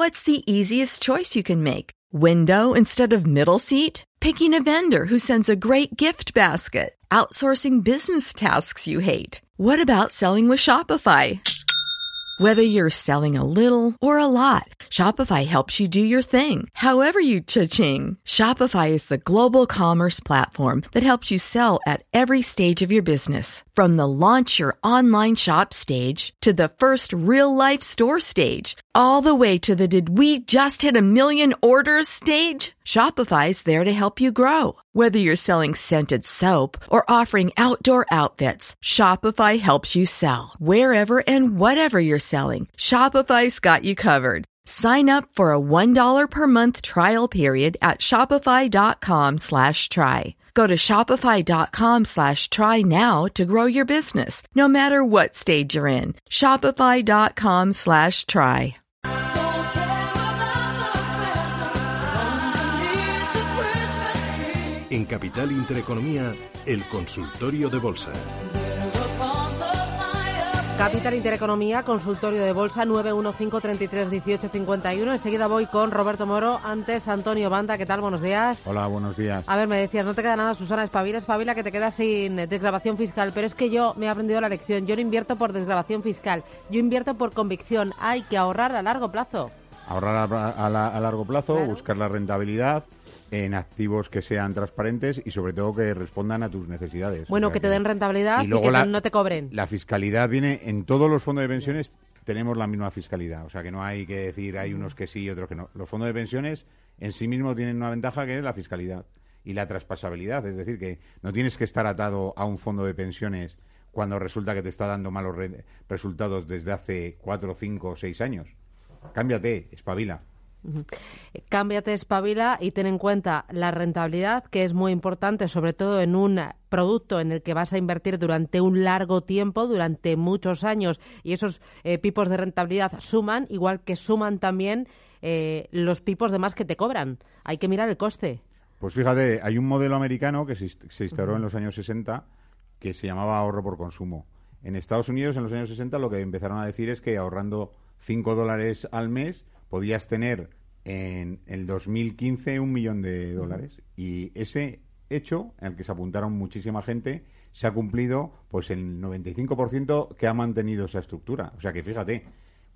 What's the easiest choice you can make? Window instead of middle seat? Picking a vendor who sends a great gift basket? Outsourcing business tasks you hate? What about selling with Shopify? Whether you're selling a little or a lot, Shopify helps you do your thing, however you cha-ching. Shopify is the global commerce platform that helps you sell at every stage of your business. From the launch your online shop stage to the first real-life store stage, all the way to the did we just hit a million orders stage. Shopify's there to help you grow. Whether you're selling scented soap or offering outdoor outfits, Shopify helps you sell. Wherever and whatever you're selling, Shopify's got you covered. Sign up for a $1 per month trial period at shopify.com/try. Go to shopify.com/try now to grow your business, no matter what stage you're in. Shopify.com/try. En Capital Intereconomía, el consultorio de bolsa. Capital Intereconomía, consultorio de bolsa 915331851. Enseguida voy con Roberto Moro. Antes, Antonio Banda. ¿Qué tal? Buenos días. Hola, buenos días. A ver, me decías, no te queda nada, Susana, espabila, que te quedas sin desgravación fiscal. Pero es que yo me he aprendido la lección. Yo no invierto por desgravación fiscal. Yo invierto por convicción. Hay que ahorrar a largo plazo. Ahorrar a largo plazo, Claro. Buscar la rentabilidad en activos que sean transparentes y sobre todo que respondan a tus necesidades. Bueno, O sea que te den rentabilidad y que no te cobren. La fiscalidad viene en todos los fondos de pensiones, tenemos la misma fiscalidad. O sea que no hay que decir hay unos que sí y otros que no. Los fondos de pensiones en sí mismos tienen una ventaja que es la fiscalidad y la traspasabilidad. Es decir, que no tienes que estar atado a un fondo de pensiones cuando resulta que te está dando malos resultados desde hace 4, 5 o 6 años. Cámbiate, espabila. Cámbiate, espabila y ten en cuenta la rentabilidad, que es muy importante, sobre todo en un producto en el que vas a invertir durante un largo tiempo, durante muchos años, y esos pipos de rentabilidad suman, igual que suman también los pipos de más que te cobran. Hay que mirar el coste. Pues fíjate, hay un modelo americano que se instauró en los años 60 que se llamaba ahorro por consumo. En Estados Unidos, en los años 60, lo que empezaron a decir es que ahorrando $5 al mes podías tener en el 2015 $1 millón. Y ese hecho, en el que se apuntaron muchísima gente, se ha cumplido pues el 95% que ha mantenido esa estructura. O sea que fíjate,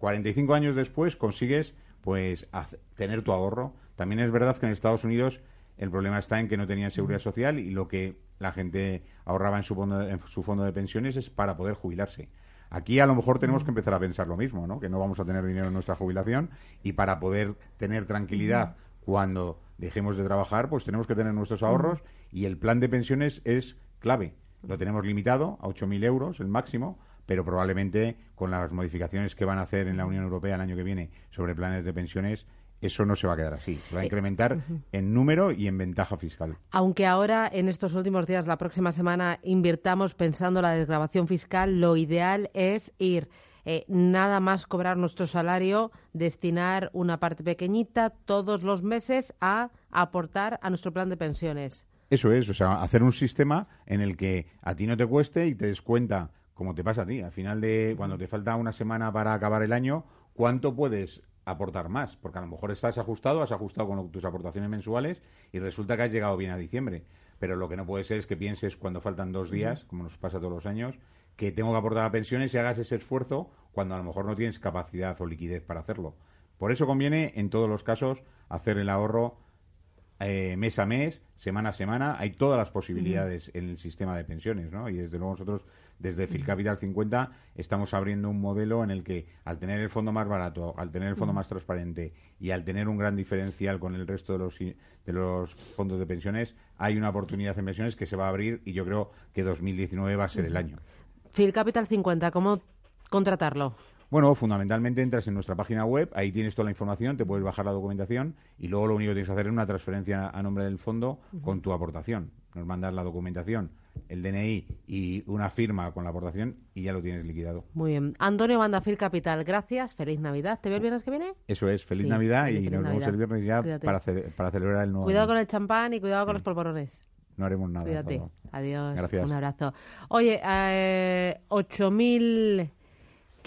45 años después consigues pues tener tu ahorro. También es verdad que en Estados Unidos el problema está en que no tenían seguridad social y lo que la gente ahorraba en su fondo de pensiones es para poder jubilarse. Aquí a lo mejor tenemos que empezar a pensar lo mismo, ¿no? Que no vamos a tener dinero en nuestra jubilación y para poder tener tranquilidad cuando dejemos de trabajar, pues tenemos que tener nuestros ahorros y el plan de pensiones es clave. Lo tenemos limitado a 8.000 euros, el máximo, pero probablemente con las modificaciones que van a hacer en la Unión Europea el año que viene sobre planes de pensiones, eso no se va a quedar así. Se va a incrementar en número y en ventaja fiscal. Aunque ahora, en estos últimos días, la próxima semana, invirtamos pensando en la desgravación fiscal, lo ideal es ir nada más cobrar nuestro salario, destinar una parte pequeñita todos los meses a aportar a nuestro plan de pensiones. Eso es, o sea, hacer un sistema en el que a ti no te cueste y te des cuenta, como te pasa a ti, al final de cuando te falta una semana para acabar el año, ¿cuánto puedes aportar más? Porque a lo mejor has ajustado con tus aportaciones mensuales y resulta que has llegado bien a diciembre. Pero lo que no puede ser es que pienses cuando faltan 2 días, como nos pasa todos los años, que tengo que aportar a pensiones y hagas ese esfuerzo cuando a lo mejor no tienes capacidad o liquidez para hacerlo. Por eso conviene, en todos los casos, hacer el ahorro mes a mes, semana a semana. Hay todas las posibilidades en el sistema de pensiones, ¿no? Y desde luego nosotros, desde Filcapital 50, estamos abriendo un modelo en el que, al tener el fondo más barato, al tener el fondo más transparente y al tener un gran diferencial con el resto de los fondos de pensiones, hay una oportunidad en pensiones que se va a abrir y yo creo que 2019 va a ser el año. Filcapital 50, ¿cómo contratarlo? Bueno, fundamentalmente entras en nuestra página web, ahí tienes toda la información, te puedes bajar la documentación y luego lo único que tienes que hacer es una transferencia a nombre del fondo con tu aportación. Nos mandas la documentación, el DNI y una firma con la aportación y ya lo tienes liquidado. Muy bien. Antonio Banda, Filcapital, gracias. Feliz Navidad. ¿Te veo el viernes que viene? Eso es, feliz Navidad feliz y nos Navidad. vemos el viernes ya para celebrar el nuevo Cuidado año. con el champán y cuidado con los polvorones. No haremos nada. Cuídate. Todo. Adiós. Gracias. Un abrazo. Oye, 8.000...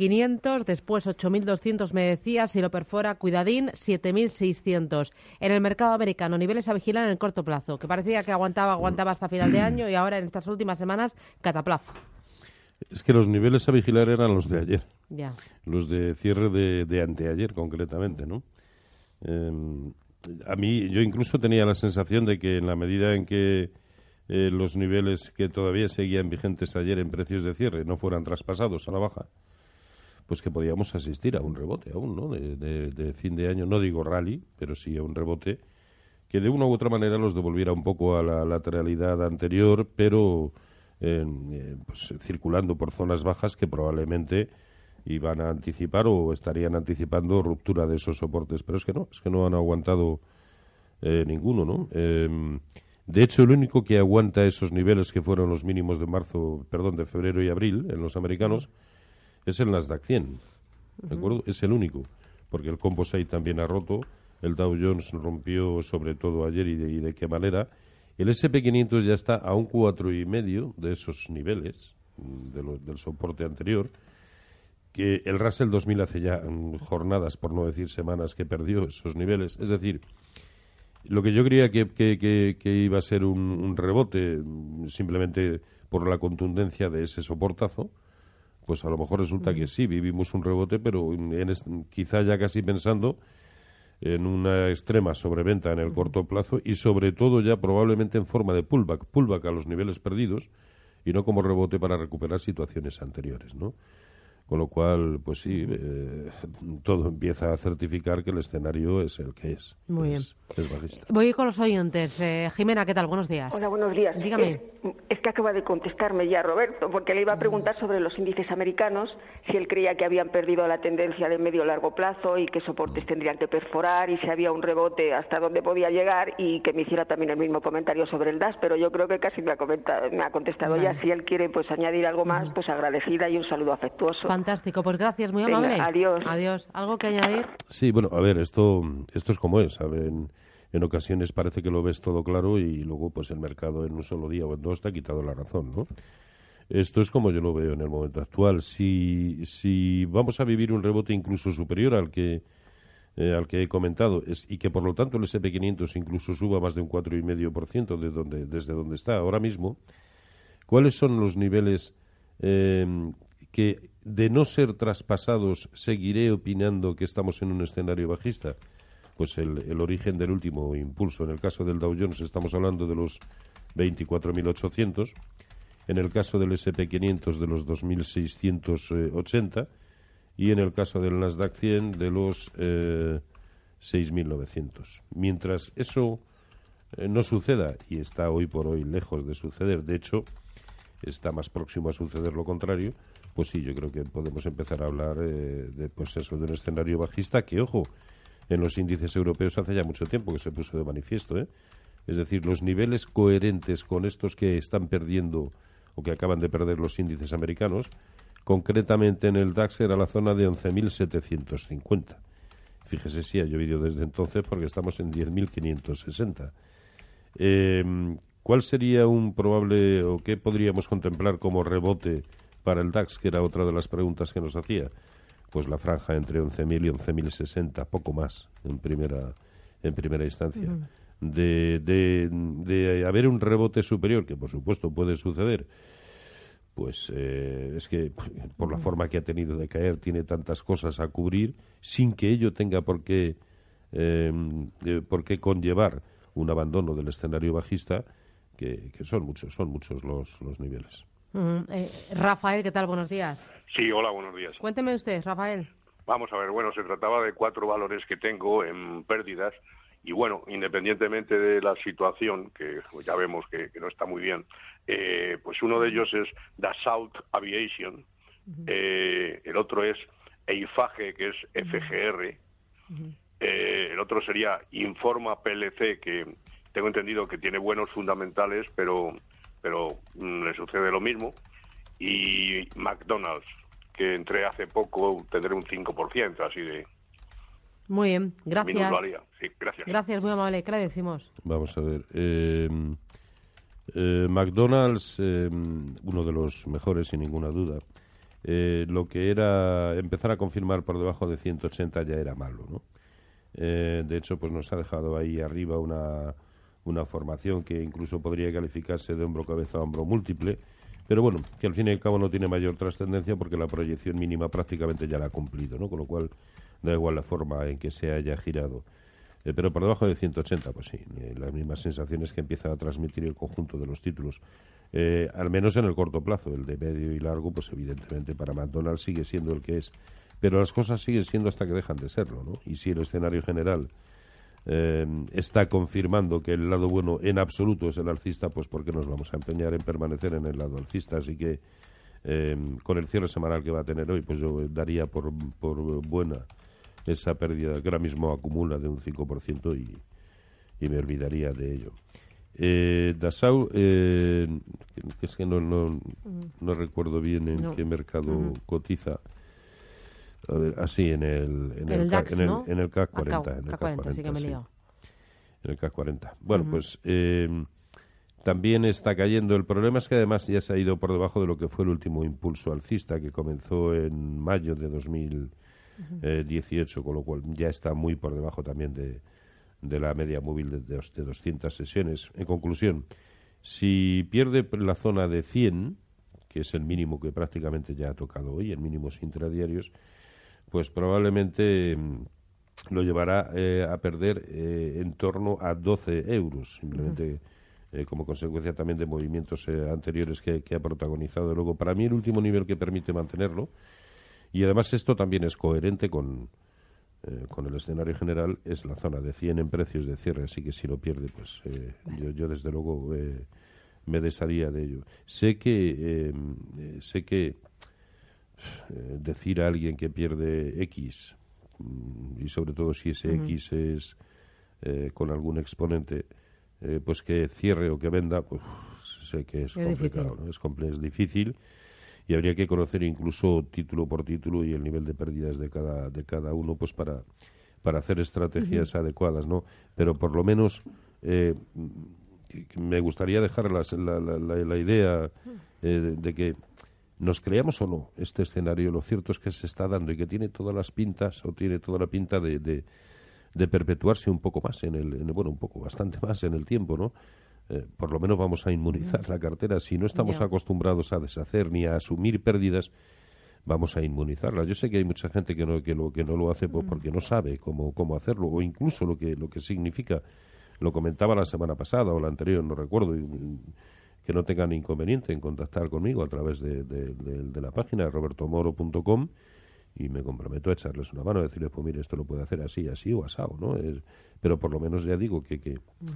7.500, después 8.200 me decía, si lo perfora, cuidadín, 7.600. En el mercado americano, niveles a vigilar en el corto plazo, que parecía que aguantaba hasta final de año y ahora en estas últimas semanas, cataplazo. Es que los niveles a vigilar eran los de ayer. Ya. Los de cierre de anteayer, concretamente, ¿no? A mí, yo incluso tenía la sensación de que en la medida en que los niveles que todavía seguían vigentes ayer en precios de cierre no fueran traspasados a la baja, pues que podíamos asistir a un rebote aún, ¿no? De fin de año, no digo rally, pero sí a un rebote que de una u otra manera los devolviera un poco a la lateralidad anterior, pero pues, circulando por zonas bajas que probablemente iban a anticipar o estarían anticipando ruptura de esos soportes, pero es que no han aguantado ninguno, ¿no? De hecho, el único que aguanta esos niveles que fueron los mínimos de febrero y abril en los americanos es el Nasdaq 100, ¿de acuerdo? Es el único, porque el Composite también ha roto, el Dow Jones rompió sobre todo ayer y de qué manera. El S&P 500 ya está a un 4,5 de esos niveles del soporte anterior, que el Russell 2000 hace ya jornadas, por no decir semanas, que perdió esos niveles. Es decir, lo que yo creía que iba a ser un rebote simplemente por la contundencia de ese soportazo, pues a lo mejor resulta que sí, vivimos un rebote, pero quizá ya casi pensando en una extrema sobreventa en el corto plazo y sobre todo ya probablemente en forma de pullback a los niveles perdidos y no como rebote para recuperar situaciones anteriores, ¿no? Con lo cual, pues sí, todo empieza a certificar que el escenario es el que es. Muy bien. Es bajista. Voy con los oyentes. Jimena, ¿qué tal? Buenos días. Hola, buenos días. Dígame. Es que acaba de contestarme ya Roberto, porque le iba a preguntar sobre los índices americanos, si él creía que habían perdido la tendencia de medio a largo plazo y qué soportes tendrían que perforar y si había un rebote hasta dónde podía llegar y que me hiciera también el mismo comentario sobre el DAX, pero yo creo que casi me ha contestado ya. Si él quiere pues añadir algo más, pues agradecida y un saludo afectuoso. Fantástico, pues gracias, muy amable. Venga, adiós. Adiós. ¿Algo que añadir? Sí, bueno, a ver, esto es como es, ¿saben? En ocasiones parece que lo ves todo claro y luego pues el mercado en un solo día o en dos te ha quitado la razón, ¿no? Esto es como yo lo veo en el momento actual. Si vamos a vivir un rebote incluso superior al que he comentado y que por lo tanto el S&P 500 incluso suba más de un 4,5% desde donde está ahora mismo, ¿cuáles son los niveles que de no ser traspasados seguiré opinando que estamos en un escenario bajista? Pues el origen del último impulso. En el caso del Dow Jones estamos hablando de los 24.800, en el caso del S&P 500 de los 2.680 y en el caso del Nasdaq 100 de los 6.900. Mientras eso no suceda, y está hoy por hoy lejos de suceder, de hecho está más próximo a suceder lo contrario, pues sí, yo creo que podemos empezar a hablar de un escenario bajista que, ojo, en los índices europeos hace ya mucho tiempo que se puso de manifiesto, ¿eh? Es decir, los niveles coherentes con estos que están perdiendo o que acaban de perder los índices americanos, concretamente en el DAX era la zona de 11.750. Fíjese si ha llovido desde entonces porque estamos en 10.560. ¿Cuál sería un probable o qué podríamos contemplar como rebote para el DAX, que era otra de las preguntas que nos hacía? Pues la franja entre 11.000 y 11.060, poco más en primera instancia. De haber un rebote superior, que por supuesto puede suceder, pues es que por la forma que ha tenido de caer tiene tantas cosas a cubrir sin que ello tenga por qué conllevar un abandono del escenario bajista, que son muchos los niveles. Rafael, ¿qué tal? Buenos días. Sí, hola, buenos días. Cuénteme usted, Rafael. Vamos a ver, bueno, se trataba de 4 valores que tengo en pérdidas y bueno, independientemente de la situación, que ya vemos que no está muy bien, pues uno de ellos es Dassault Aviation, el otro es Eiffage, que es FGR, el otro sería Informa PLC, que tengo entendido que tiene buenos fundamentales, pero le sucede lo mismo, y McDonald's, que entré hace poco, tendré un 5%, así de... Muy bien, gracias. Sí, gracias. Gracias, muy amable. ¿Qué le decimos? Vamos a ver. McDonald's, uno de los mejores, sin ninguna duda. lo que era empezar a confirmar por debajo de 180 ya era malo, ¿no? De hecho, pues nos ha dejado ahí arriba una formación que incluso podría calificarse de hombro cabeza a hombro múltiple, pero bueno, que al fin y al cabo no tiene mayor trascendencia porque la proyección mínima prácticamente ya la ha cumplido, ¿no? Con lo cual da igual la forma en que se haya girado. Pero por debajo de 180, pues sí, las mismas sensaciones que empieza a transmitir el conjunto de los títulos. Al menos en el corto plazo, el de medio y largo, pues evidentemente para McDonald's sigue siendo el que es. Pero las cosas siguen siendo hasta que dejan de serlo, ¿no? Y si el escenario general está confirmando que el lado bueno en absoluto es el alcista, pues ¿por qué nos vamos a empeñar en permanecer en el lado alcista? Así que con el cierre semanal que va a tener hoy, pues yo daría por buena esa pérdida que ahora mismo acumula de un 5% y me olvidaría de ello. Dassault, es que no recuerdo bien en qué mercado cotiza. A ver, así en el DAX, ¿no? En el CAC 40. En el CAC 40, sí que me he liado. En el CAC 40. Bueno, pues también está cayendo. El problema es que además ya se ha ido por debajo de lo que fue el último impulso alcista que comenzó en mayo de 2018, con lo cual ya está muy por debajo también de la media móvil de 200 sesiones. En conclusión, si pierde la zona de 100, que es el mínimo que prácticamente ya ha tocado hoy, en mínimos intradiarios, pues probablemente lo llevará a perder en torno a 12 euros, simplemente como consecuencia también de movimientos anteriores que ha protagonizado. Luego, para mí el último nivel que permite mantenerlo, y además esto también es coherente con el escenario general, es la zona de 100 en precios de cierre, así que si lo pierde, pues yo desde luego me desharía de ello. Sé que decir a alguien que pierde X, y sobre todo si ese X es con algún exponente, pues que cierre o que venda, pues sé que es complicado, ¿no? Es difícil, y habría que conocer incluso título por título y el nivel de pérdidas de cada uno, pues para hacer estrategias adecuadas, ¿no? Pero por lo menos me gustaría dejar la idea de que nos creamos o no este escenario. Lo cierto es que se está dando y que tiene todas las pintas, o tiene toda la pinta de perpetuarse un poco más bastante más en el tiempo, ¿no? Por lo menos vamos a inmunizar la cartera. Si no estamos acostumbrados a deshacer ni a asumir pérdidas, vamos a inmunizarla. Yo sé que hay mucha gente que no lo hace porque no sabe cómo hacerlo, o incluso lo que significa. Lo comentaba la semana pasada o la anterior, no recuerdo, que no tengan inconveniente en contactar conmigo a través de la página de robertomoro.com, y me comprometo a echarles una mano, a decirles, pues mire, esto lo puede hacer así o asao, ¿no? Pero por lo menos ya digo que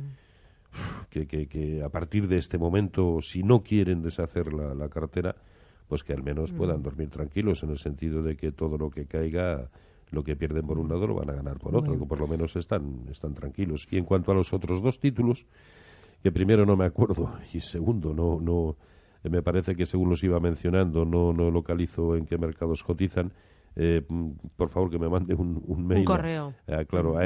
a partir de este momento, si no quieren deshacer la cartera, pues que al menos puedan dormir tranquilos, en el sentido de que todo lo que caiga, lo que pierden por un lado lo van a ganar por otro, que por lo menos están tranquilos. Y en cuanto a los otros dos títulos, que primero no me acuerdo y segundo no me parece que según los iba mencionando no localizo en qué mercados cotizan, por favor que me mande un mail, un correo, claro, a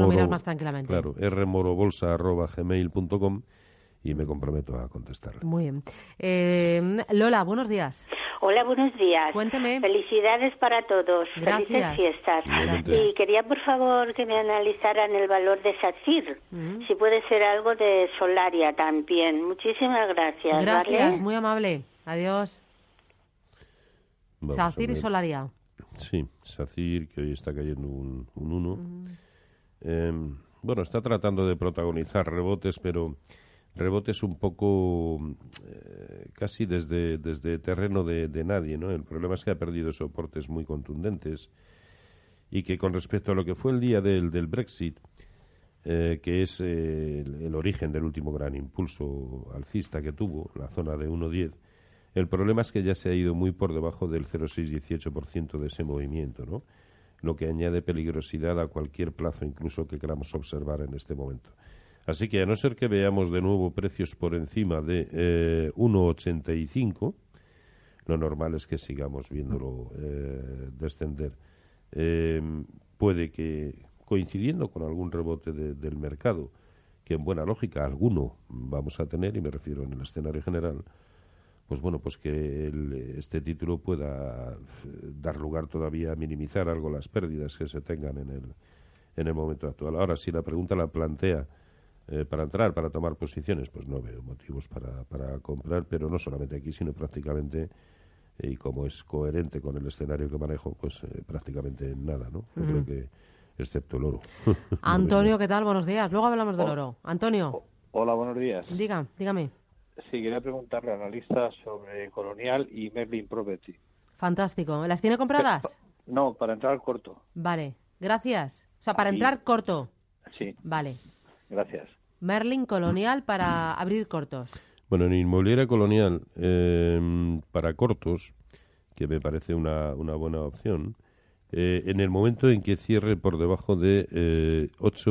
rmorobolsa@gmail.com, y me comprometo a contestarle. Muy bien. Lola, buenos días. Hola, buenos días. Cuénteme. Felicidades para todos. Gracias. Felices fiestas. Igualmente. Y quería, por favor, que me analizaran el valor de SACIR. Si puede ser algo de Solaria también. Muchísimas gracias. Gracias, ¿vale? muy amable. Adiós. Vamos SACIR a y ver. Solaria. Sí, SACIR, que hoy está cayendo un 1. Bueno, está tratando de protagonizar rebotes, pero rebotes un poco casi desde terreno de nadie, ¿no? El problema es que ha perdido soportes muy contundentes, y que con respecto a lo que fue el día del Brexit, que es el origen del último gran impulso alcista que tuvo, la zona de 1,10, el problema es que ya se ha ido muy por debajo del 0,6-18% de ese movimiento, ¿no? Lo que añade peligrosidad a cualquier plazo, incluso que queramos observar en este momento. Así que, a no ser que veamos de nuevo precios por encima de 1,85, lo normal es que sigamos viéndolo descender. Puede que, coincidiendo con algún rebote del mercado, que en buena lógica alguno vamos a tener, y me refiero en el escenario general, pues bueno, pues que este título pueda dar lugar todavía a minimizar algo las pérdidas que se tengan en el momento actual. Ahora, si la pregunta la plantea para entrar, para tomar posiciones, pues no veo motivos para comprar, pero no solamente aquí, sino prácticamente, y como es coherente con el escenario que manejo, pues prácticamente nada, ¿no? Yo creo que, excepto el oro. Antonio, ¿qué tal? Buenos días. Luego hablamos del oro. Antonio. Hola, buenos días. Dígame. Sí, quería preguntarle a la analista sobre Colonial y Merlin Property. Fantástico. ¿Las tiene compradas? No, para entrar al corto. Vale, gracias. O sea, para entrar corto. Sí. Vale. Gracias. Merlin Colonial para abrir cortos. Bueno, en Inmobiliaria Colonial, para cortos, que me parece una buena opción, en el momento en que cierre por debajo de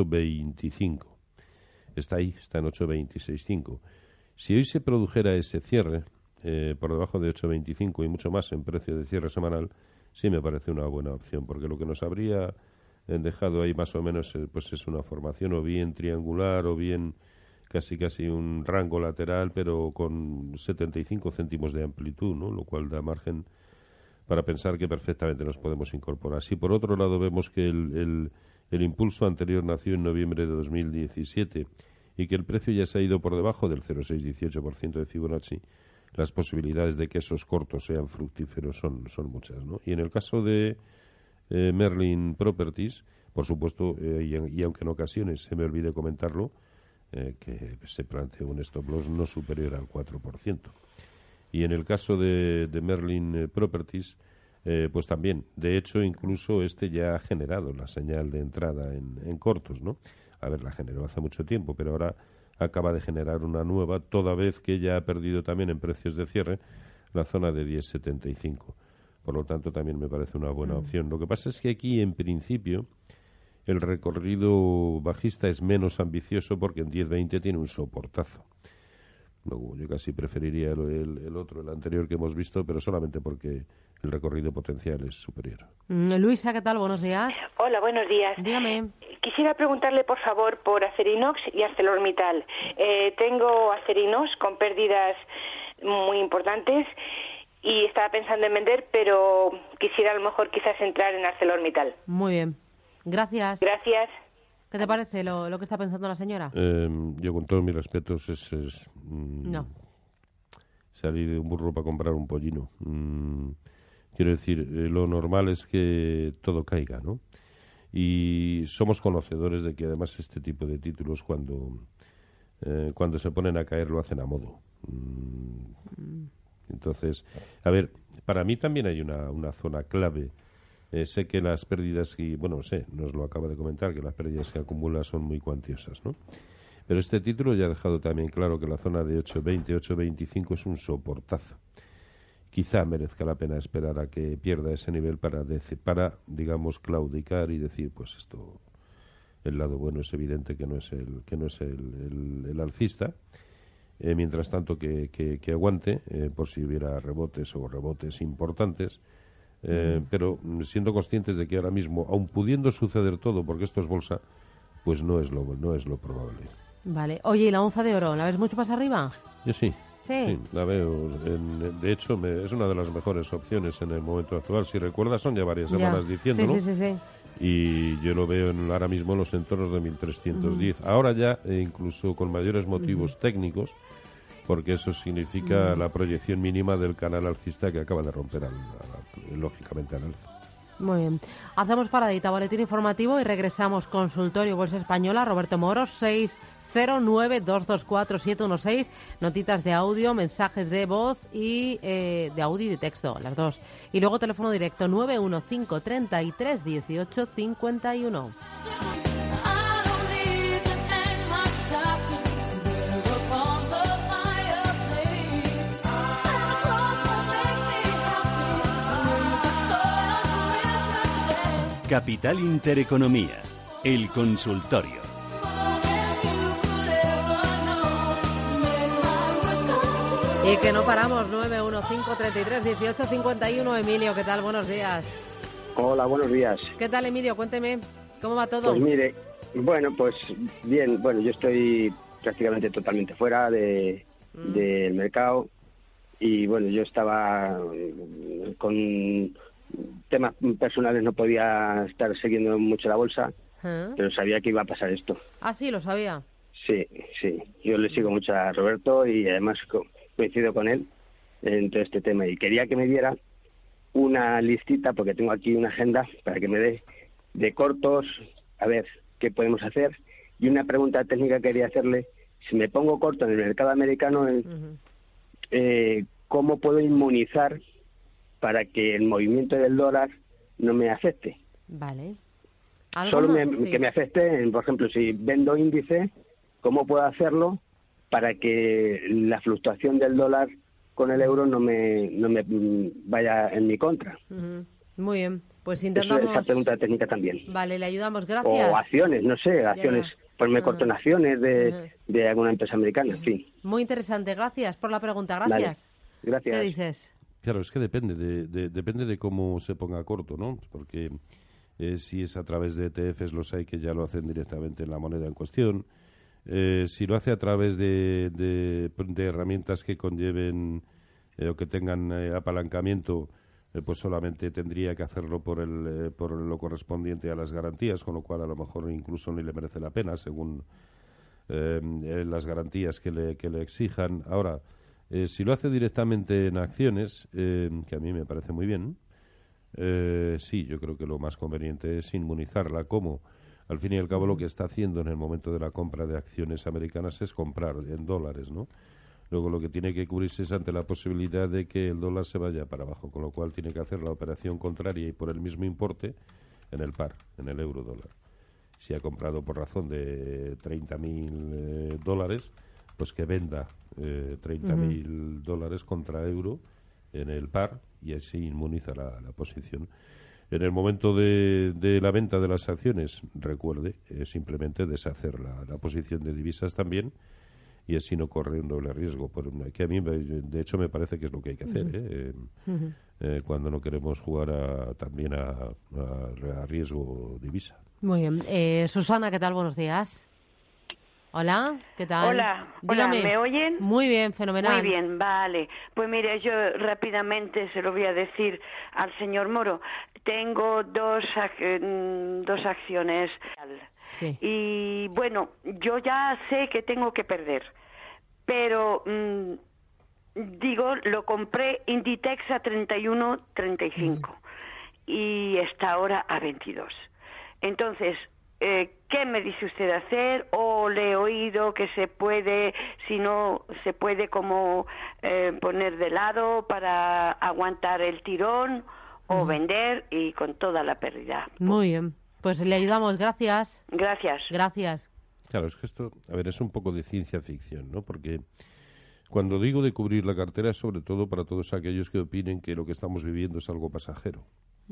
8,25. Está ahí, está en 8,265. Si hoy se produjera ese cierre por debajo de 8,25 y mucho más en precio de cierre semanal, sí me parece una buena opción, porque lo que nos habría dejado ahí más o menos pues es una formación o bien triangular o bien casi un rango lateral, pero con 75 céntimos de amplitud, ¿no? Lo cual da margen para pensar que perfectamente nos podemos incorporar. Si por otro lado vemos que el impulso anterior nació en noviembre de 2017 y que el precio ya se ha ido por debajo del 0,618% de Fibonacci, las posibilidades de que esos cortos sean fructíferos son muchas, ¿no? Y en el caso de Merlin Properties, por supuesto, y aunque en ocasiones se me olvide comentarlo, que se plantea un stop loss no superior al 4%. Y en el caso de Merlin Properties, pues también, de hecho, incluso este ya ha generado la señal de entrada en cortos, ¿no? A ver, la generó hace mucho tiempo, pero ahora acaba de generar una nueva, toda vez que ya ha perdido también en precios de cierre la zona de 10,75. Por lo tanto, también me parece una buena opción. Lo que pasa es que aquí, en principio, el recorrido bajista es menos ambicioso porque en 10,20 tiene un soportazo. Luego, yo casi preferiría el otro, el anterior que hemos visto, pero solamente porque el recorrido potencial es superior. Luisa, ¿qué tal? Buenos días. Hola, buenos días. Dígame. Quisiera preguntarle, por favor, por Acerinox y ArcelorMittal. Tengo Acerinox con pérdidas muy importantes y estaba pensando en vender, pero quisiera a lo mejor quizás entrar en ArcelorMittal. Muy bien. Gracias. Gracias. ¿Qué te parece lo que está pensando la señora? Yo, con todos mis respetos, no. Salir de un burro para comprar un pollino. Quiero decir, lo normal es que todo caiga, ¿no? Y somos conocedores de que además este tipo de títulos cuando se ponen a caer lo hacen a modo. Entonces, a ver, para mí también hay una zona clave. Sé que las pérdidas, nos lo acaba de comentar, que las pérdidas que acumula son muy cuantiosas, ¿no? Pero este título ya ha dejado también claro que la zona de 8,20, 8,25 es un soportazo. Quizá merezca la pena esperar a que pierda ese nivel para digamos, claudicar y decir, pues esto, el lado bueno es evidente que no es el alcista. Mientras tanto que aguante, por si hubiera rebotes importantes, pero siendo conscientes de que ahora mismo, aun pudiendo suceder todo, porque esto es bolsa, pues no es lo probable. Vale. Oye, ¿y la onza de oro? ¿La ves mucho más arriba? Yo sí. Sí. Sí, la veo. De hecho, es una de las mejores opciones en el momento actual. Si recuerdas, son ya varias semanas diciéndolo. Sí. Y yo lo veo ahora mismo en los entornos de 1.310. Ahora ya, incluso con mayores motivos técnicos, porque eso significa la proyección mínima del canal alcista que acaba de romper, lógicamente, al alza. Muy bien. Hacemos paradita, boletín informativo y regresamos. Consultorio Bolsa Española, Roberto Moros, 609-224-716. Notitas de audio, mensajes de voz y de audio y de texto, las dos. Y luego teléfono directo 915331851. Capital Intereconomía, el consultorio. Y que no paramos, 915331851. Emilio, ¿qué tal? Buenos días. Hola, buenos días. ¿Qué tal, Emilio? Cuénteme, ¿cómo va todo? Pues mire, pues bien, yo estoy prácticamente totalmente fuera del mercado y bueno, yo estaba con temas personales, no podía estar siguiendo mucho la bolsa, pero sabía que iba a pasar esto. Ah, sí, lo sabía. Sí, yo le sigo mucho a Roberto y además coincido con él en todo este tema, y quería que me diera una listita, porque tengo aquí una agenda, para que me dé de cortos, a ver qué podemos hacer. Y una pregunta técnica que quería hacerle: si me pongo corto en el mercado americano, ¿cómo puedo inmunizar para que el movimiento del dólar no me afecte? Vale. Solo que me afecte, por ejemplo, si vendo índice, ¿cómo puedo hacerlo para que la fluctuación del dólar con el euro no me vaya en mi contra? Muy bien, pues intentamos... Esa pregunta técnica también. Vale, le ayudamos, gracias. O acciones, no sé, acciones, pues me corto en acciones de alguna empresa americana, en fin. Muy interesante, gracias por la pregunta, gracias. Vale. Gracias. ¿Qué dices? Claro, es que depende de cómo se ponga corto, ¿no? Porque si es a través de ETFs, los hay que ya lo hacen directamente en la moneda en cuestión. Si lo hace a través de herramientas que conlleven o que tengan apalancamiento, pues solamente tendría que hacerlo por lo correspondiente a las garantías, con lo cual a lo mejor incluso ni le merece la pena según las garantías que le exijan. Ahora, si lo hace directamente en acciones, que a mí me parece muy bien, sí, yo creo que lo más conveniente es inmunizarla. ¿Cómo? Al fin y al cabo, lo que está haciendo en el momento de la compra de acciones americanas es comprar en dólares, ¿no? Luego lo que tiene que cubrirse es ante la posibilidad de que el dólar se vaya para abajo, con lo cual tiene que hacer la operación contraria y por el mismo importe en el par, en el euro-dólar. Si ha comprado por razón de 30.000 dólares, pues que venda 30.000 dólares contra euro en el par y así inmuniza la posición. En el momento de la venta de las acciones, recuerde, simplemente deshacer la posición de divisas también, y así no corre un doble riesgo, que a mí de hecho me parece que es lo que hay que hacer cuando no queremos jugar también a riesgo divisa. Muy bien. Susana, ¿qué tal? Buenos días. Hola, ¿qué tal? Hola, dígame. ¿me oyen? Muy bien, fenomenal. Muy bien, vale. Pues mire, yo rápidamente se lo voy a decir al señor Moro. Tengo dos acciones. Sí. Y bueno, yo ya sé que tengo que perder, pero digo, lo compré Inditex a 31.35 y está ahora a 22. Entonces, ¿qué me dice usted hacer? O le he oído que se puede, si no se puede como poner de lado para aguantar el tirón o vender y con toda la pérdida. Muy bien, pues le ayudamos, gracias. Gracias. Gracias. Claro, es que esto, a ver, es un poco de ciencia ficción, ¿no? Porque cuando digo de cubrir la cartera es sobre todo para todos aquellos que opinen que lo que estamos viviendo es algo pasajero.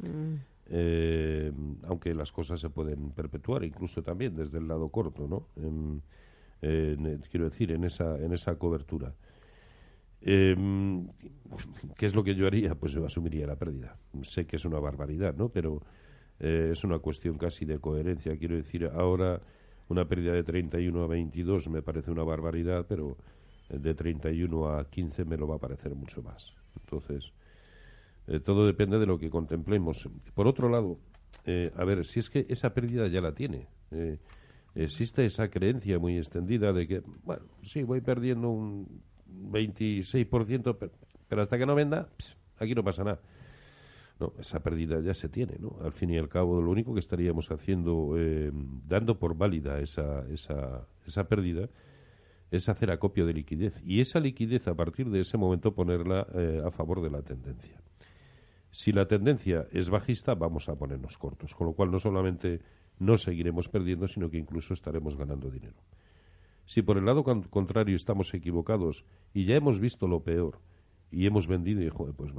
Aunque las cosas se pueden perpetuar, incluso también desde el lado corto, ¿no? Quiero decir, en esa cobertura. ¿Qué es lo que yo haría? Pues yo asumiría la pérdida. Sé que es una barbaridad, ¿no? Pero es una cuestión casi de coherencia. Quiero decir, ahora una pérdida de 31 a 22 me parece una barbaridad, pero de 31 a 15 me lo va a parecer mucho más. Entonces, todo depende de lo que contemplemos. Por otro lado, a ver, si es que esa pérdida ya la tiene. Existe esa creencia muy extendida de que, bueno, sí, voy perdiendo un 26%, pero hasta que no venda, aquí no pasa nada. No, esa pérdida ya se tiene, ¿no? Al fin y al cabo, lo único que estaríamos haciendo, dando por válida esa pérdida, es hacer acopio de liquidez. Y esa liquidez, a partir de ese momento, ponerla a favor de la tendencia. Si la tendencia es bajista, vamos a ponernos cortos, con lo cual no solamente no seguiremos perdiendo, sino que incluso estaremos ganando dinero. Si por el lado contrario estamos equivocados y ya hemos visto lo peor y hemos vendido y, joder, pues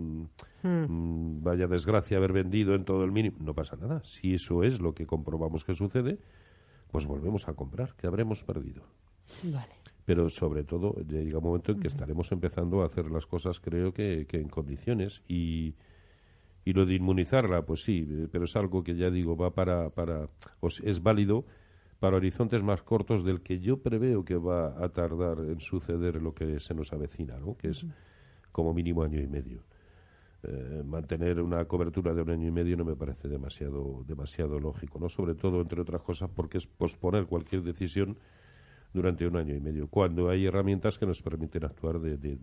vaya desgracia haber vendido en todo el mínimo, no pasa nada. Si eso es lo que comprobamos que sucede, pues volvemos a comprar, que habremos perdido. Vale. Pero sobre todo llega un momento en que estaremos empezando a hacer las cosas, creo que en condiciones, y lo de inmunizarla, pues sí, pero es algo que ya digo, va es válido para horizontes más cortos del que yo preveo que va a tardar en suceder lo que se nos avecina, ¿no? Que es como mínimo año y medio. Mantener una cobertura de un año y medio no me parece demasiado lógico, ¿no? Sobre todo, entre otras cosas, porque es posponer cualquier decisión durante un año y medio, cuando hay herramientas que nos permiten actuar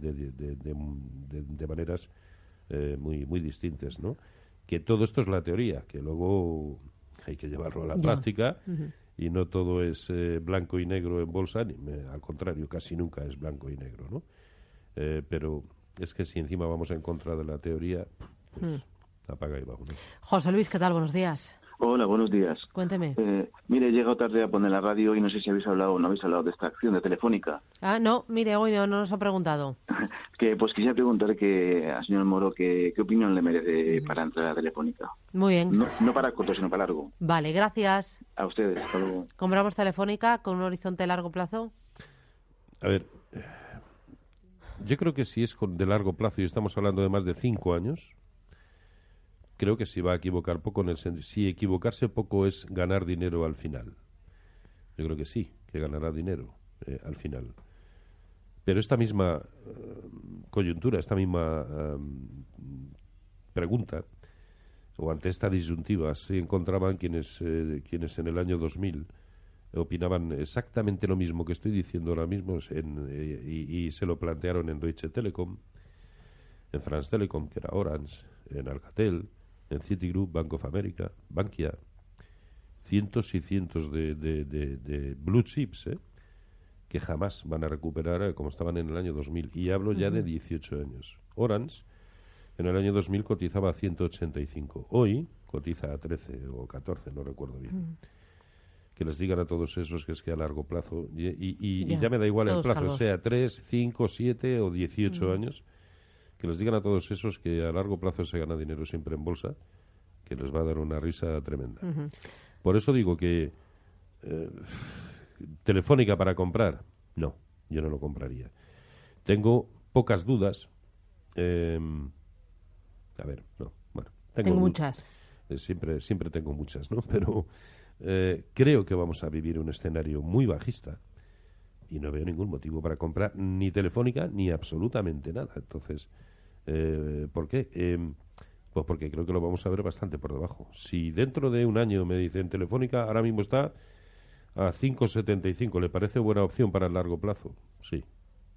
de maneras muy distintas, ¿no? Que todo esto es la teoría, que luego hay que llevarlo a la práctica. Y no todo es blanco y negro en bolsa, al contrario, casi nunca es blanco y negro, ¿no? Pero es que si encima vamos en contra de la teoría, pues apaga y vamos, ¿no? José Luis, ¿qué tal? Buenos días. Hola, buenos días. Cuénteme. Mire, he llegado tarde a poner la radio y no sé si habéis hablado o no habéis hablado de esta acción de Telefónica. No, mire, hoy no nos ha preguntado. Que pues quisiera preguntarle al señor Moro qué opinión le merece para entrar a Telefónica. Muy bien. No para corto, sino para largo. Vale, gracias. A ustedes, hasta luego. ¿Compramos Telefónica con un horizonte a largo plazo? A ver, yo creo que si es de largo plazo y estamos hablando de más de 5 años, creo que se va a equivocar poco en el sentido. Si equivocarse poco es ganar dinero al final. Yo creo que sí, que ganará dinero al final. Pero esta misma coyuntura, esta misma pregunta, o ante esta disyuntiva, se encontraban quienes en el año 2000 opinaban exactamente lo mismo que estoy diciendo ahora mismo y se lo plantearon en Deutsche Telekom, en France Telecom, que era Orange, en Alcatel, en Citigroup, Bank of America, Bankia, cientos y cientos de blue chips, que jamás van a recuperar como estaban en el año 2000. Y hablo ya de 18 años. Orange, en el año 2000 cotizaba a 185. Hoy cotiza a 13 o 14, no recuerdo bien. Que les digan a todos esos que es que a largo plazo, y ya me da igual el plazo, sea 3, 5, 7 o 18 años, que les digan a todos esos que a largo plazo se gana dinero siempre en bolsa, que les va a dar una risa tremenda. Por eso digo que Telefónica para comprar, no, yo no lo compraría. Tengo pocas dudas. A ver, no, bueno. Tengo muchas. Siempre tengo muchas, ¿no? Pero creo que vamos a vivir un escenario muy bajista y no veo ningún motivo para comprar ni Telefónica ni absolutamente nada. Entonces, ¿por qué? Pues porque creo que lo vamos a ver bastante por debajo. Si dentro de un año me dicen Telefónica ahora mismo está a 5,75, ¿le parece buena opción para el largo plazo? Sí.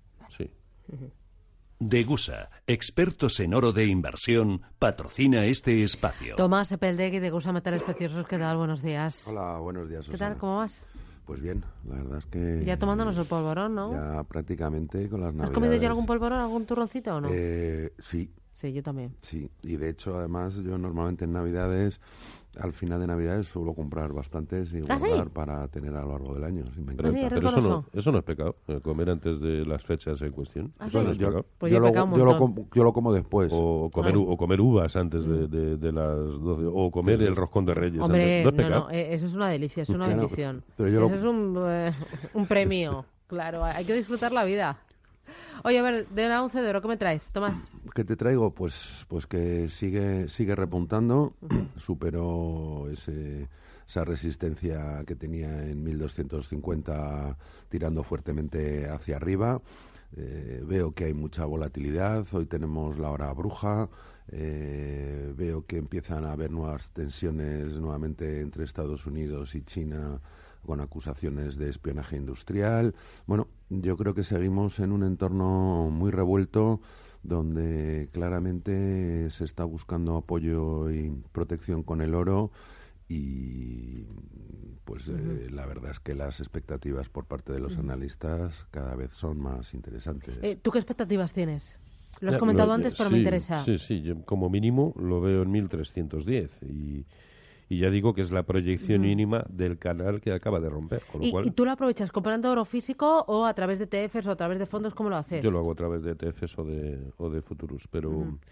Degusa, expertos en oro de inversión, patrocina este espacio. Tomás Epeldegui, Degusa Metales Preciosos, ¿qué tal? Buenos días. Hola, buenos días, Susana. ¿Qué tal? ¿Cómo vas? Pues bien, la verdad es que... Ya tomándonos el polvorón, ¿no? Ya prácticamente con las navidades. ¿Has comido ya algún polvorón, algún turroncito o no? Sí. Sí, yo también. Sí, y de hecho, además, yo normalmente en Navidades, al final de Navidades, suelo comprar bastantes y guardar para tener a lo largo del año. Sí, me encanta. Pero eso no es pecado, comer antes de las fechas en cuestión. Eso no es pecado. Yo lo como después. O comer uvas antes de las 12, o comer el roscón de Reyes. Hombre, antes. No es pecado. No, eso es una delicia, es una bendición. Pero eso es un premio, claro, hay que disfrutar la vida. Oye, a ver, de la 11 de oro, ¿qué me traes, Tomás? ¿Qué te traigo? Pues que sigue repuntando, superó esa resistencia que tenía en 1250 tirando fuertemente hacia arriba. Veo que hay mucha volatilidad, hoy tenemos la hora bruja, veo que empiezan a haber nuevas tensiones nuevamente entre Estados Unidos y China con acusaciones de espionaje industrial. Bueno, yo creo que seguimos en un entorno muy revuelto donde claramente se está buscando apoyo y protección con el oro y pues la verdad es que las expectativas por parte de los analistas cada vez son más interesantes. ¿Tú qué expectativas tienes? Lo has comentado antes, pero me interesa. Sí, yo como mínimo lo veo en 1310 y ya digo que es la proyección mínima del canal que acaba de romper. Con lo cual, ¿Y tú lo aprovechas comprando oro físico o a través de ETFs o a través de fondos? ¿Cómo lo haces? Yo lo hago a través de ETFs o de futuros, pero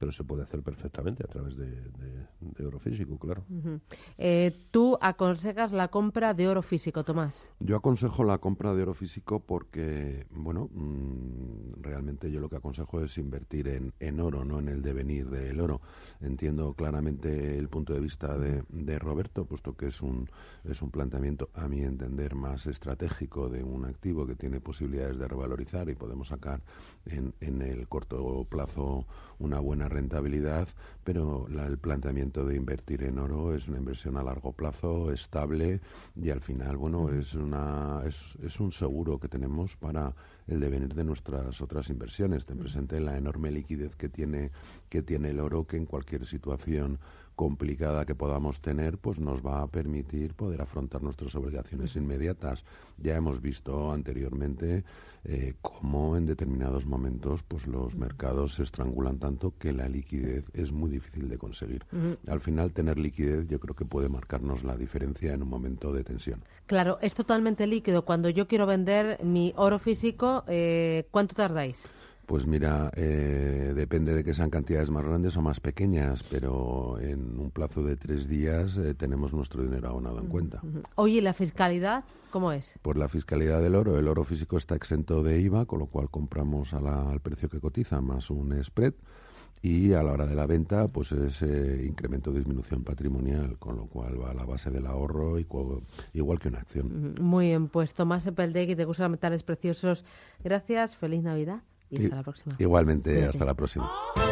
pero se puede hacer perfectamente a través de oro físico, claro. ¿Tú aconsejas la compra de oro físico, Tomás? Yo aconsejo la compra de oro físico porque, bueno, realmente yo lo que aconsejo es invertir en oro, no en el devenir del oro. Entiendo claramente el punto de vista de Roberto, puesto que es un planteamiento, a mi entender, más estratégico de un activo que tiene posibilidades de revalorizar y podemos sacar en el corto plazo una buena rentabilidad, pero el planteamiento de invertir en oro es una inversión a largo plazo, estable, y al final, bueno, es un seguro que tenemos para el devenir de nuestras otras inversiones. Ten presente la enorme liquidez que tiene el oro, que en cualquier situación complicada que podamos tener, pues nos va a permitir poder afrontar nuestras obligaciones inmediatas. Ya hemos visto anteriormente cómo en determinados momentos pues los mercados se estrangulan tanto que la liquidez es muy difícil de conseguir. Al final, tener liquidez yo creo que puede marcarnos la diferencia en un momento de tensión. Claro, es totalmente líquido. Cuando yo quiero vender mi oro físico, ¿cuánto tardáis? Pues mira, depende de que sean cantidades más grandes o más pequeñas, pero en un plazo de 3 días tenemos nuestro dinero abonado en cuenta. Oye, ¿la fiscalidad cómo es? Por la fiscalidad del oro, el oro físico está exento de IVA, con lo cual compramos al precio que cotiza más un spread, y a la hora de la venta pues es incremento o disminución patrimonial, con lo cual va a la base del ahorro igual que una acción. Muy bien, pues Tomás Epeldegui, de Gusa Metales Preciosos, gracias, feliz Navidad. Y hasta la próxima. Igualmente, Cuídate. hasta la próxima.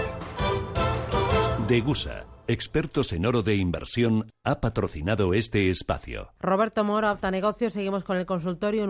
Degusa, expertos en oro de inversión, ha patrocinado este espacio. Roberto Moro, Optanegocios, seguimos con el consultorio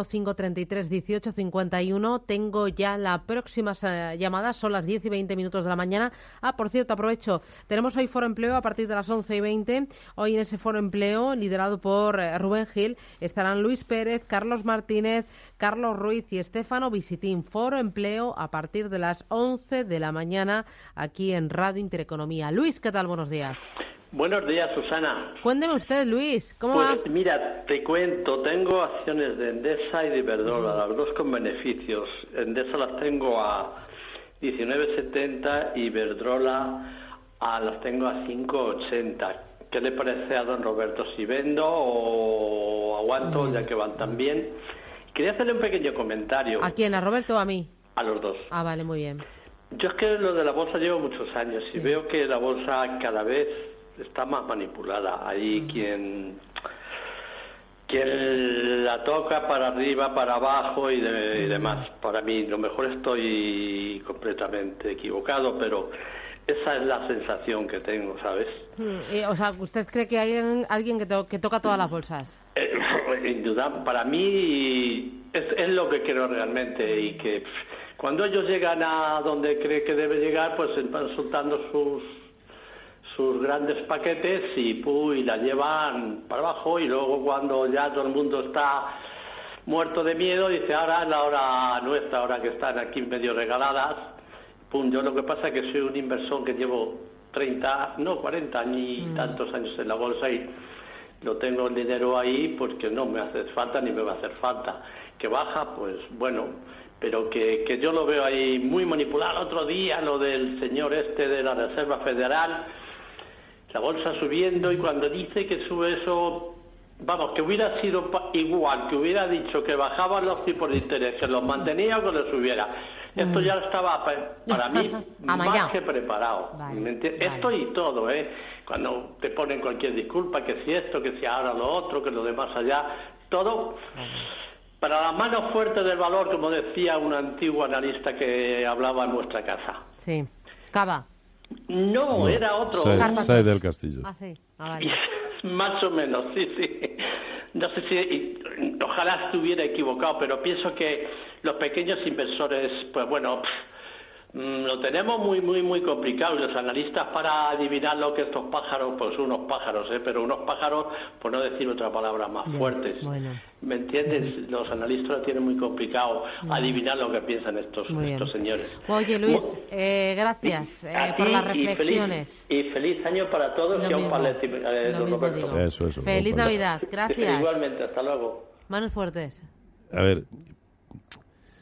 915331851. Tengo ya la próxima llamada, son las 10:20 de la mañana. Por cierto, aprovecho, tenemos hoy Foro Empleo a partir de las 11:20. Hoy en ese Foro Empleo, liderado por Rubén Gil, estarán Luis Pérez, Carlos Martínez, Carlos Ruiz y Estéfano Visitín. Foro Empleo a partir de las 11 de la mañana aquí en Radio Intereconomía. Luis, ¿qué tal? Buenos días. Buenos días, Susana. Cuénteme usted, Luis, ¿cómo va? Pues mira, te cuento, tengo acciones de Endesa y de Iberdrola, las dos con beneficios. Endesa las tengo a 19,70 y Iberdrola las tengo a 5,80. ¿Qué le parece a don Roberto? ¿Si vendo o aguanto, ya que van tan bien? Quería hacerle un pequeño comentario. ¿A quién? ¿A Roberto o a mí? A los dos. Vale, muy bien. Yo es que lo de la bolsa llevo muchos años y veo que la bolsa cada vez está más manipulada. Hay quien la toca para arriba, para abajo y demás. Para mí, lo mejor estoy completamente equivocado, pero esa es la sensación que tengo, ¿sabes? O sea, ¿usted cree que hay alguien que toca todas las bolsas? Sin duda, para mí es lo que creo realmente, y que cuando ellos llegan a donde cree que debe llegar, pues van soltando sus grandes paquetes y la llevan para abajo, y luego cuando ya todo el mundo está muerto de miedo, dice, ahora es la hora nuestra, ahora que están aquí medio regaladas. Yo lo que pasa es que soy un inversor que llevo 40 ni tantos años en la bolsa, y lo tengo el dinero ahí porque no me hace falta ni me va a hacer falta. Que baja, pues bueno, pero que yo lo veo ahí muy manipulado. Otro día lo del señor de la Reserva Federal, la bolsa subiendo, y cuando dice que sube eso, vamos, que hubiera sido igual, que hubiera dicho que bajaban los tipos de interés, que los mantenía o que los subiera. Esto ya estaba para mí más que preparado. Vale. Esto y todo, cuando te ponen cualquier disculpa, que si esto, que si ahora lo otro, que lo demás allá, todo para las manos fuertes del valor, como decía un antiguo analista que hablaba en nuestra casa. Sí. Cava. No, era otro. Saez del Castillo. Sí. Vale. Más o menos, sí. No sé si, ojalá estuviera equivocado, pero pienso que los pequeños inversores, pues bueno, lo tenemos muy complicado, y los analistas, para adivinar lo que estos pájaros, pues unos pájaros, pero unos pájaros, por no decir otra palabra más fuertes. Bueno. ¿Me entiendes? Los analistas lo tienen muy complicado adivinar lo que piensan estos señores. Oye, Luis, gracias por las reflexiones. Y feliz año para todos, y a un palete, don Roberto. Eso. Feliz Navidad, gracias. Igualmente, hasta luego. Manos fuertes. A ver,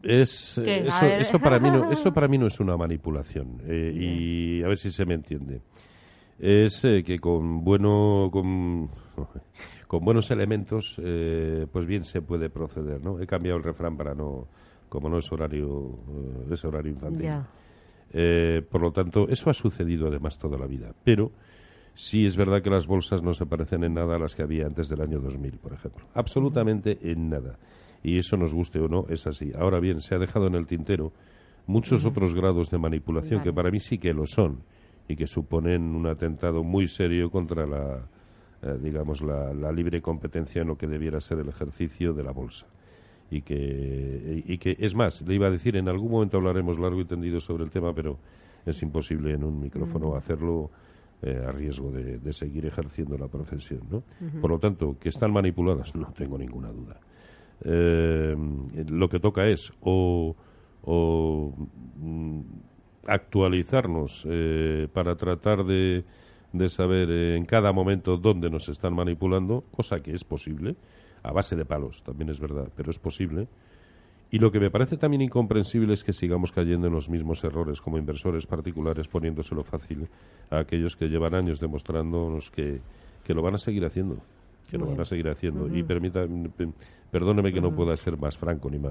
Eso para mí no es una manipulación, y a ver si se me entiende. Es que con buenos elementos, pues bien se puede proceder, ¿no? He cambiado el refrán para no, como no es horario infantil. Por lo tanto, eso ha sucedido además toda la vida, pero sí es verdad que las bolsas no se parecen en nada a las que había antes del año 2000, por ejemplo. Absolutamente en nada. Y eso, nos guste o no, es así. Ahora bien, se ha dejado en el tintero muchos otros grados de manipulación que para mí sí que lo son y que suponen un atentado muy serio contra la libre competencia en lo que debiera ser el ejercicio de la bolsa. Y que es más, le iba a decir, en algún momento hablaremos largo y tendido sobre el tema, pero es imposible en un micrófono hacerlo a riesgo de seguir ejerciendo la profesión, ¿no? Por lo tanto, que están manipuladas, no tengo ninguna duda. Lo que toca es actualizarnos para tratar de saber en cada momento dónde nos están manipulando, cosa que es posible, a base de palos, también es verdad, pero es posible. Y lo que me parece también incomprensible es que sigamos cayendo en los mismos errores como inversores particulares, poniéndoselo fácil a aquellos que llevan años demostrándonos que lo van a seguir haciendo. Y perdóneme que no pueda ser más franco ni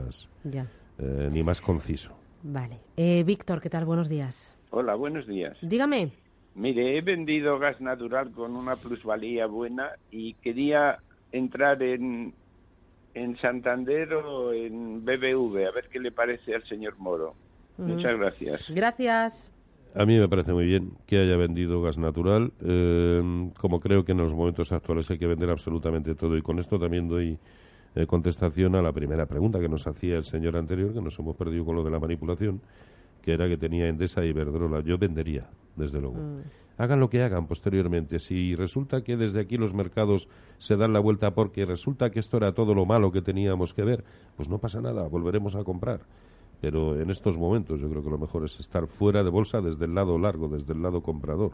más conciso. Vale. Víctor, ¿qué tal? Buenos días. Hola, buenos días. Dígame. Mire, he vendido gas natural con una plusvalía buena y quería entrar en Santander o en BBV, a ver qué le parece al señor Moro. Muchas gracias. Gracias. A mí me parece muy bien que haya vendido gas natural, como creo que en los momentos actuales hay que vender absolutamente todo. Y con esto también doy contestación a la primera pregunta que nos hacía el señor anterior, que nos hemos perdido con lo de la manipulación, que era que tenía Endesa y Iberdrola. Yo vendería, desde luego. Hagan lo que hagan posteriormente. Si resulta que desde aquí los mercados se dan la vuelta porque resulta que esto era todo lo malo que teníamos que ver, pues no pasa nada, volveremos a comprar. Pero en estos momentos yo creo que lo mejor es estar fuera de bolsa desde el lado largo, desde el lado comprador.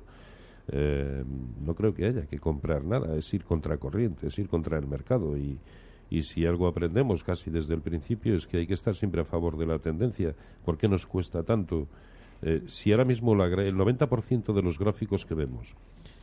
No creo que haya que comprar nada, es ir contra corriente, es ir contra el mercado. Y si algo aprendemos casi desde el principio es que hay que estar siempre a favor de la tendencia. ¿Por qué nos cuesta tanto? Si ahora mismo el 90% de los gráficos que vemos,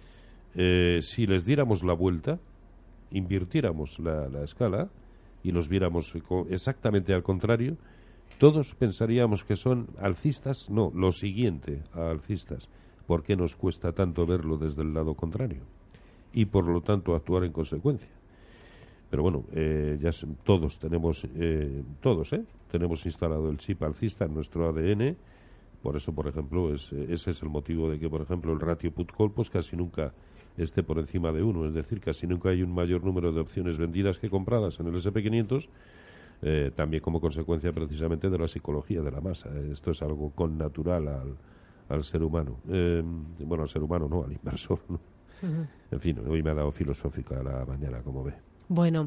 si les diéramos la vuelta, invirtiéramos la escala y los viéramos exactamente al contrario, todos pensaríamos que son alcistas. No, lo siguiente a alcistas. ¿Por qué nos cuesta tanto verlo desde el lado contrario? Y por lo tanto actuar en consecuencia. Pero bueno, todos tenemos instalado el chip alcista en nuestro ADN. Por eso, por ejemplo, ese es el motivo de que, por ejemplo, el ratio put-call pues casi nunca esté por encima de 1. Es decir, casi nunca hay un mayor número de opciones vendidas que compradas en el S&P 500. También como consecuencia precisamente de la psicología de la masa. Esto es algo connatural al ser humano. Al ser humano no, al inversor, ¿no? En fin, hoy me ha dado filosófica la mañana, como ve. Bueno,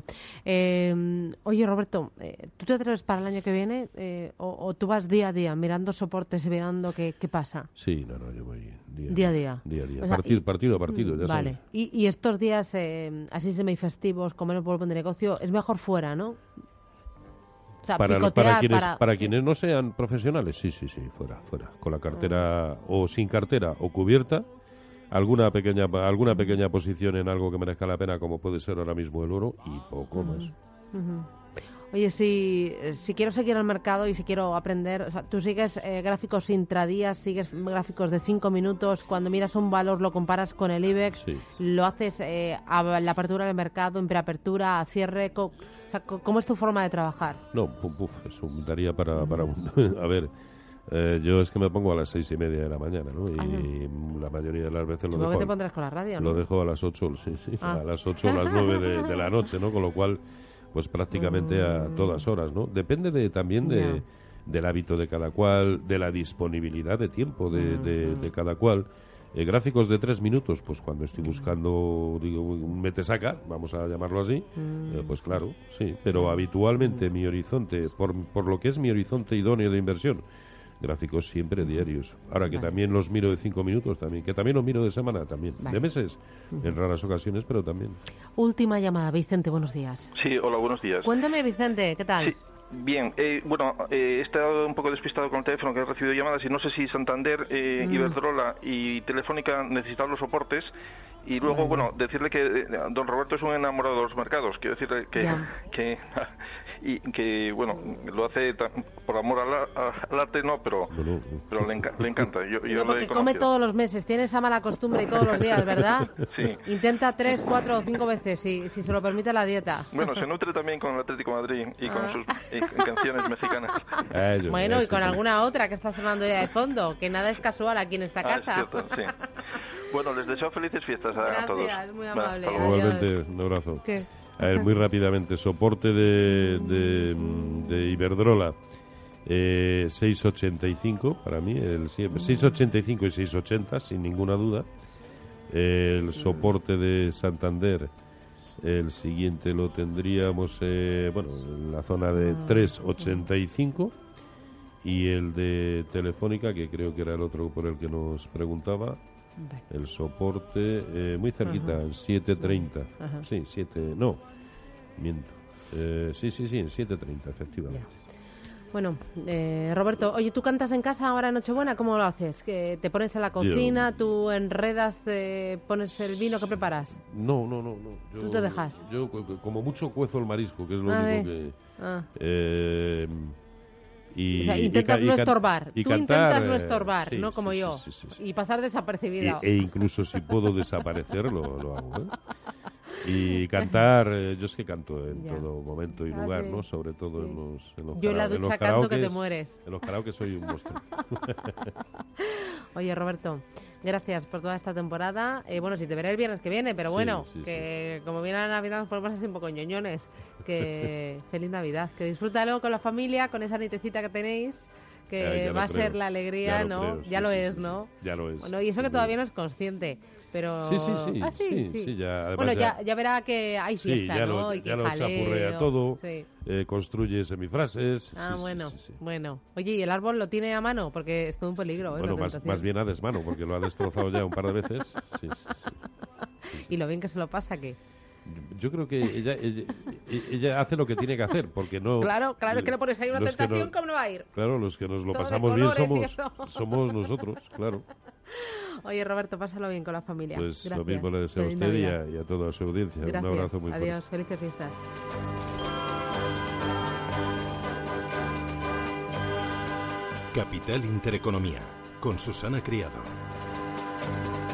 oye Roberto, ¿tú te atreves para el año que viene o tú vas día a día mirando soportes y mirando qué pasa? Sí, yo voy día a día. O sea, partido a partido, ya vale. sabes. Y estos días así semifestivos, con menos volumen de negocio, es mejor fuera, ¿no? O sea, para quienes no sean profesionales, sí, fuera, con la cartera o sin cartera o cubierta, alguna pequeña posición en algo que merezca la pena, como puede ser ahora mismo el oro, y poco más. Oye, si quiero seguir al mercado y si quiero aprender, o sea, tú sigues gráficos intradías, sigues gráficos de 5 minutos, cuando miras un valor lo comparas con el IBEX, lo haces a la apertura del mercado, en preapertura, a cierre, o sea, ¿cómo es tu forma de trabajar? No, eso daría para un... A ver, yo es que me pongo a las 6:30 de la mañana, ¿no? Y la mayoría de las veces Supongo que te pondrás con la radio, ¿no? Lo dejo a las 8, a las 8 o las 9 de la noche, ¿no? Con lo cual, pues prácticamente a todas horas, ¿no? Depende también del hábito de cada cual, de la disponibilidad de tiempo de cada cual. Gráficos de 3 minutos, pues cuando estoy buscando, un mete-saca, vamos a llamarlo así, pues claro, sí. Pero habitualmente mi horizonte, por lo que es mi horizonte idóneo de inversión, gráficos siempre diarios. Ahora que también los miro de 5 minutos, también, que también los miro de semana, también, de meses, en raras ocasiones, pero también. Última llamada, Vicente, buenos días. Sí, hola, buenos días. Cuéntame, Vicente, ¿qué tal? Sí, Bien, he estado un poco despistado con el teléfono, que he recibido llamadas y no sé si Santander, Iberdrola y Telefónica necesitan los soportes. Y luego, decirle que don Roberto es un enamorado de los mercados. Quiero decirle que lo hace por amor al arte, no, pero le encanta. Yo porque come todos los meses, tiene esa mala costumbre y todos los días, ¿verdad? Sí. Intenta 3, 4 o 5 veces, si se lo permite la dieta. Bueno, se nutre también con el Atlético de Madrid y con sus canciones mexicanas. Bueno, y con alguna otra que está sonando ya de fondo, que nada es casual aquí en esta casa. Es cierto, sí. Bueno, les deseo felices fiestas a todos. Gracias, muy amable. Igualmente, un abrazo. ¿Qué? A ver, muy rápidamente, soporte de Iberdrola, 6,85 para mí, 6,85 y 6,80 sin ninguna duda. El soporte de Santander, el siguiente lo tendríamos en la zona de 3,85, y el de Telefónica, que creo que era el otro por el que nos preguntaba, el soporte muy cerquita, en 7,30. Sí, 7, no, miento. Sí, en 7,30, efectivamente. Bueno, Roberto, oye, ¿tú cantas en casa ahora en Nochebuena? ¿Cómo lo haces? ¿Que te pones en la cocina, tú enredas, pones el vino, qué preparas? No. ¿Tú te dejas? Yo como mucho cuezo el marisco, que es lo único que... intentas no estorbar. Y tú cantar, intentas no estorbar, sí, no como yo. Sí. Y pasar desapercibido. E incluso si puedo desaparecer, lo hago, ¿eh? Y cantar, yo es que canto en todo momento y lugar, ¿no? Sobre todo en los yo en la ducha canto que te mueres. En los karaoke soy un monstruo. Oye, Roberto, gracias por toda esta temporada. Si te veré el viernes que viene, pero como viene la Navidad nos ponemos así un poco ñoñones. Que feliz Navidad, que disfrútalo con la familia, con esa nietecita que tenéis, que va a ser la alegría, ¿no? Ya lo es, ¿no? Ya lo es. Bueno, y eso que todavía no es consciente, pero... Sí, ya, bueno, ya verá que hay fiesta, ¿no? Y que ya lo chapurrea todo, construye semifrases... Bueno. Oye, ¿y el árbol lo tiene a mano? Porque es todo un peligro, ¿eh? Bueno, más bien a desmano, porque lo ha destrozado ya un par de veces. Sí. ¿Y lo bien que se lo pasa, qué? Yo creo que ella hace lo que tiene que hacer, porque no... Claro, es que no pones ahí una tentación, ¿cómo no va a ir? Claro, los que nos lo todo pasamos bien somos nosotros, claro. Oye, Roberto, pásalo bien con la familia. Pues gracias. Lo mismo le deseo a usted y a toda su audiencia. Gracias. Un abrazo muy fuerte. Adiós, felices fiestas. Capital Intereconomía, con Susana Criado.